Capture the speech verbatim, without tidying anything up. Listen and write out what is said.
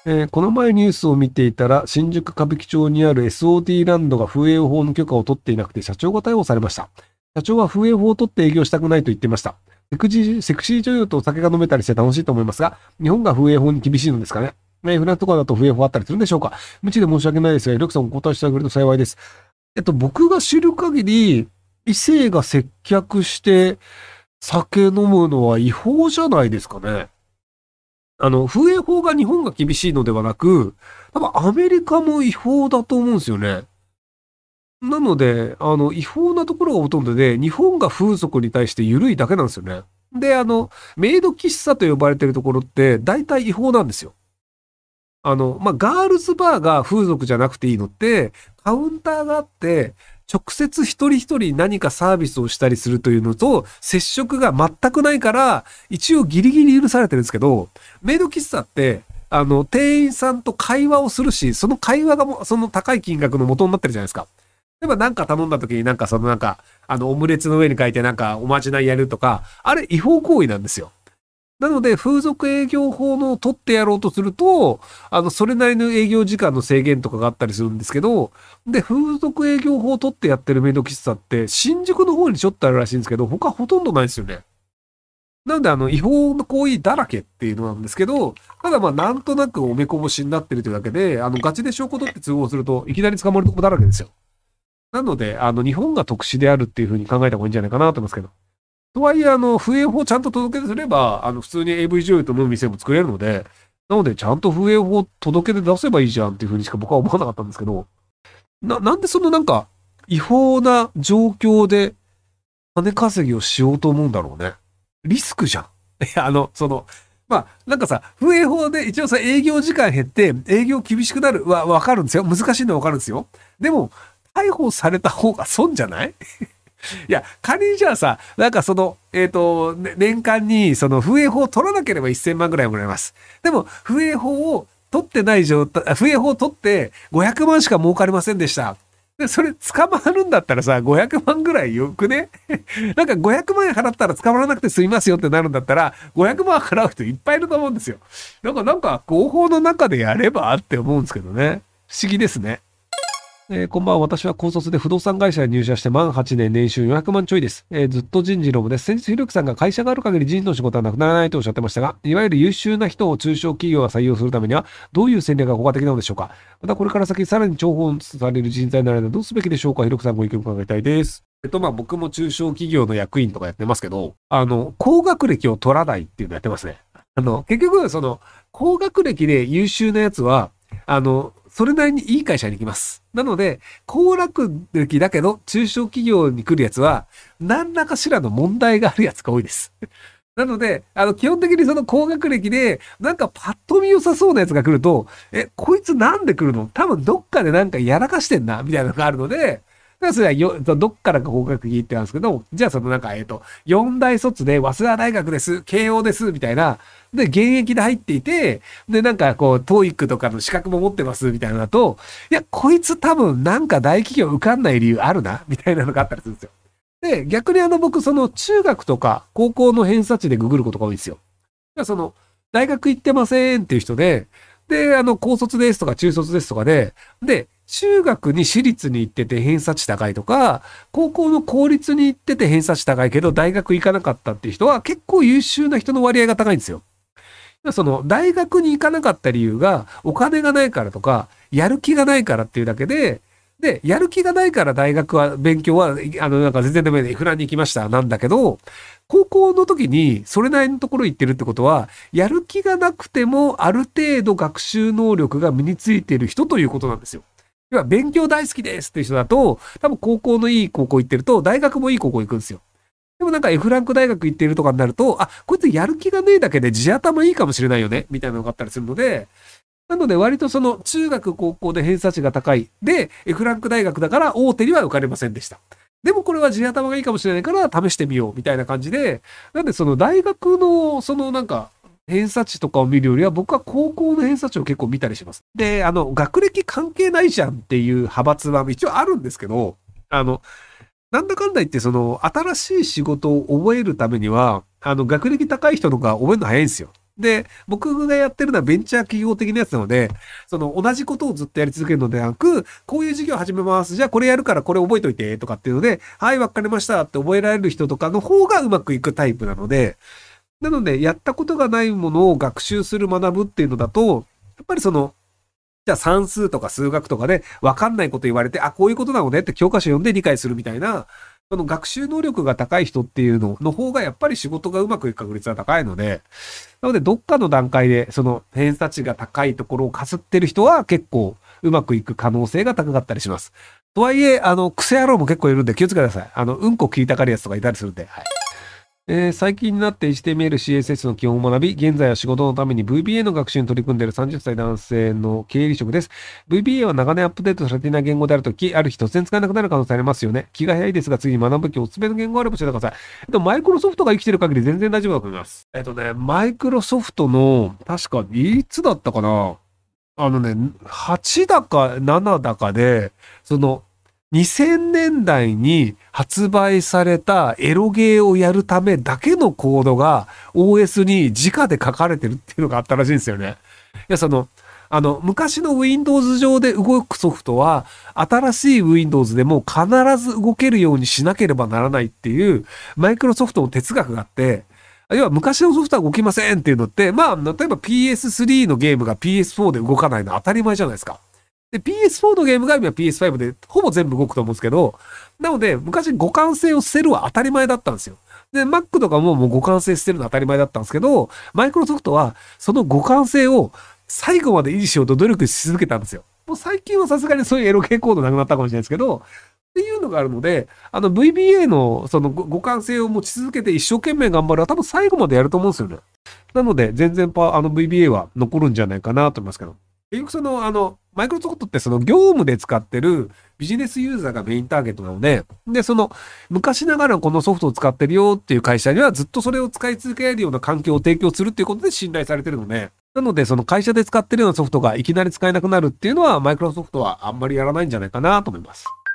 えーこの前ニュースを見ていたら、新宿歌舞伎町にある エスオーティー ランドが風営法の許可を取っていなくて、社長が逮捕されました。社長は風営法を取って営業したくないと言っていました。セクシーセクシー女優とお酒が飲めたりして楽しいと思いますが、日本が風営法に厳しいのですかね。えーフランスとかだと風営法あったりするんでしょうか。無知で申し訳ないですが、リョクさんお答えしてあげると幸いです。えっと、僕が知る限り、異性が接客して酒飲むのは違法じゃないですかね。あの、風営法が日本が厳しいのではなく、多分アメリカも違法だと思うんですよね。なので、あの、違法なところがほとんどで、日本が風俗に対して緩いだけなんですよね。で、あの、メイド喫茶と呼ばれてるところって、大体違法なんですよ。あの、まあ、ガールズバーが風俗じゃなくていいのって、カウンターがあって、直接一人一人何かサービスをしたりするというのと、接触が全くないから、一応ギリギリ許されてるんですけど、メイド喫茶って、あの、店員さんと会話をするし、その会話がもその高い金額の元になってるじゃないですか。例えばなんか頼んだ時になんかそのなんか、あの、オムレツの上に書いてなんかおまじないやるとか、あれ違法行為なんですよ。なので、風俗営業法の取ってやろうとすると、あの、それなりの営業時間の制限とかがあったりするんですけど、で、風俗営業法を取ってやってるメイド喫茶って、新宿の方にちょっとあるらしいんですけど、他ほとんどないですよね。なので、あの、違法の行為だらけっていうのなんですけど、ただまあ、なんとなくおめこぼしになってるというだけで、あの、ガチで証拠取って通報すると、いきなり捕まるとこだらけですよ。なので、あの、日本が特殊であるっていうふうに考えた方がいいんじゃないかなと思いますけど。とはいえ、あの、風営法をちゃんと届け出すれば、あの、普通に エーブイ 女優と飲む店も作れるので、なので、ちゃんと風営法を届け出出せばいいじゃんっていうふうにしか僕は思わなかったんですけど、な、なんでそのなんか、違法な状況で金稼ぎをしようと思うんだろうね。リスクじゃん。いや、あの、その、まあ、なんかさ、風営法で一応さ、営業時間減って、営業厳しくなるはわかるんですよ。難しいのはわかるんですよ。でも、逮捕された方が損じゃない？いや、仮にじゃあさ、なんかその、えっと、ね年間にその風営法を取らなければせんまんぐらいもらえます。でも、風営法を取ってない状態、あ風営法を取ってごひゃくまんしか儲かりませんでした。で、それ捕まるんだったらさ、ごひゃくまんぐらいよくね？なんかごひゃくまん円払ったら捕まらなくて済みますよってなるんだったら、ごひゃくまん払う人いっぱいいると思うんですよ。なんか、なんか合法の中でやればって思うんですけどね。不思議ですね。えーこんばんは。私は高卒で不動産会社に入社して満はちねん、年収よんひゃくまんちょいです。えーずっと人事労務です。先日、ひろゆきさんが会社がある限り人事の仕事はなくならないとおっしゃってましたが、いわゆる優秀な人を中小企業が採用するためには、どういう戦略が効果的なのでしょうか。また、これから先、さらに重宝される人材になるのはどうすべきでしょうか。ひろゆきさんご意見伺いたいです。えっと、まあ、僕も中小企業の役員とかやってますけど、あの、高学歴を取らないっていうのやってますね。あの、結局、その、高学歴で優秀なやつは、あの、それなりにいい会社に行きます。なので、高学歴だけど中小企業に来るやつは、何らかしらの問題があるやつが多いです。なので、あの、基本的にその高学歴で、なんかパッと見良さそうなやつが来ると、え、こいつなんで来るの？多分どっかでなんかやらかしてんな、みたいなのがあるので、だからそれはよ、どっからか合格期ってあるんですけど、じゃあそのなんか、えっと、四大卒で早稲田大学です、慶応です、みたいな、で、現役で入っていて、で、なんかこう、トーイックとかの資格も持ってます、みたいなのだと、いや、こいつ多分なんか大企業受かんない理由あるな、みたいなのがあったりするんですよ。で、逆にあの僕、その中学とか高校の偏差値でググることが多いんですよ。だからその、大学行ってませんっていう人で、で、あの、高卒ですとか中卒ですとかで、で、中学に私立に行ってて偏差値高いとか、高校の公立に行ってて偏差値高いけど大学行かなかったっていう人は結構優秀な人の割合が高いんですよ。その大学に行かなかった理由がお金がないからとか、やる気がないからっていうだけで、で、やる気がないから大学は、勉強は、あの、なんか全然ダメで、フランに行きました。なんだけど、高校の時にそれなりのところ行ってるってことは、やる気がなくてもある程度学習能力が身についている人ということなんですよ。要は勉強大好きですっていう人だと、多分高校のいい高校行ってると、大学もいい高校行くんですよ。でもなんか F ランク大学行ってるとかになると、あ、こいつやる気がねえだけで地頭いいかもしれないよね、みたいなのがあったりするので、なので割とその中学高校で偏差値が高い。で、F ランク大学だから大手には受かれませんでした。でもこれは地頭がいいかもしれないから試してみようみたいな感じで、なんでその大学のそのなんか偏差値とかを見るよりは僕は高校の偏差値を結構見たりします。で、あの、学歴関係ないじゃんっていう派閥は一応あるんですけど、あの、なんだかんだ言ってその新しい仕事を覚えるためには、あの、学歴高い人の方が覚えるの早いんですよ。 で、僕がやってるのはベンチャー企業的なやつなので、その同じことをずっとやり続けるのではなく、こういう事業始めます。じゃあこれやるからこれ覚えといてとかっていうので、はい、わかりましたって覚えられる人とかの方がうまくいくタイプなので、なので、やったことがないものを学習する学ぶっていうのだと、やっぱりその、じゃあ算数とか数学とかでわかんないこと言われて、あ、こういうことなのねって教科書読んで理解するみたいな、その学習能力が高い人っていうのの方がやっぱり仕事がうまくいく確率は高いので、なのでどっかの段階でその偏差値が高いところをかすってる人は結構うまくいく可能性が高かったりします。とはいえ、あの、癖野郎も結構いるんで気をつけてください。あの、うんこ切りたがるやつとかいたりするんで。はい。えー最近になって エイチティーエムエル、シーエスエス の基本を学び、現在は仕事のために ブイビーエー の学習に取り組んでいるさんじゅっさい男性の経理職です。ブイビーエー は長年アップデートされていない言語であるとき、ある日突然使えなくなる可能性ありますよね。気が早いですが、次に学ぶべきおすすめの言語があれば教えてください。えっと、マイクロソフトが生きてる限り全然大丈夫だと思います。えっとね、マイクロソフトの、確か、いつだったかなあのね、はちだかななだかで、その、にせんねんだいに発売されたエロゲーをやるためだけのコードが オーエス に直で書かれてるっていうのがあったらしいんですよね。いや、その、あの、昔の Windows 上で動くソフトは、新しい Windows でも必ず動けるようにしなければならないっていう、マイクロソフトの哲学があって、要は昔のソフトは動きませんっていうのって、まあ、例えば ピーエススリー のゲームが ピーエスフォー で動かないのは当たり前じゃないですか。で、ピーエスフォー のゲームが今 ピーエスファイブ でほぼ全部動くと思うんですけど、なので、昔互換性を捨てるは当たり前だったんですよ。で、Mac とかももう互換性捨てるのは当たり前だったんですけど、マイクロソフトはその互換性を最後まで維持しようと努力し続けたんですよ。もう最近はさすがにそういうエロ系コードなくなったかもしれないですけど、っていうのがあるので、あの ブイビーエー のその互換性を持ち続けて一生懸命頑張るは多分最後までやると思うんですよね。なので、全然パあの ブイビーエー は残るんじゃないかなと思いますけど。結局その、あの、マイクロソフトってその業務で使ってるビジネスユーザーがメインターゲットなので、で、その昔ながらこのソフトを使ってるよっていう会社にはずっとそれを使い続けられるような環境を提供するっていうことで信頼されてるので、なのでその会社で使ってるようなソフトがいきなり使えなくなるっていうのはマイクロソフトはあんまりやらないんじゃないかなと思います。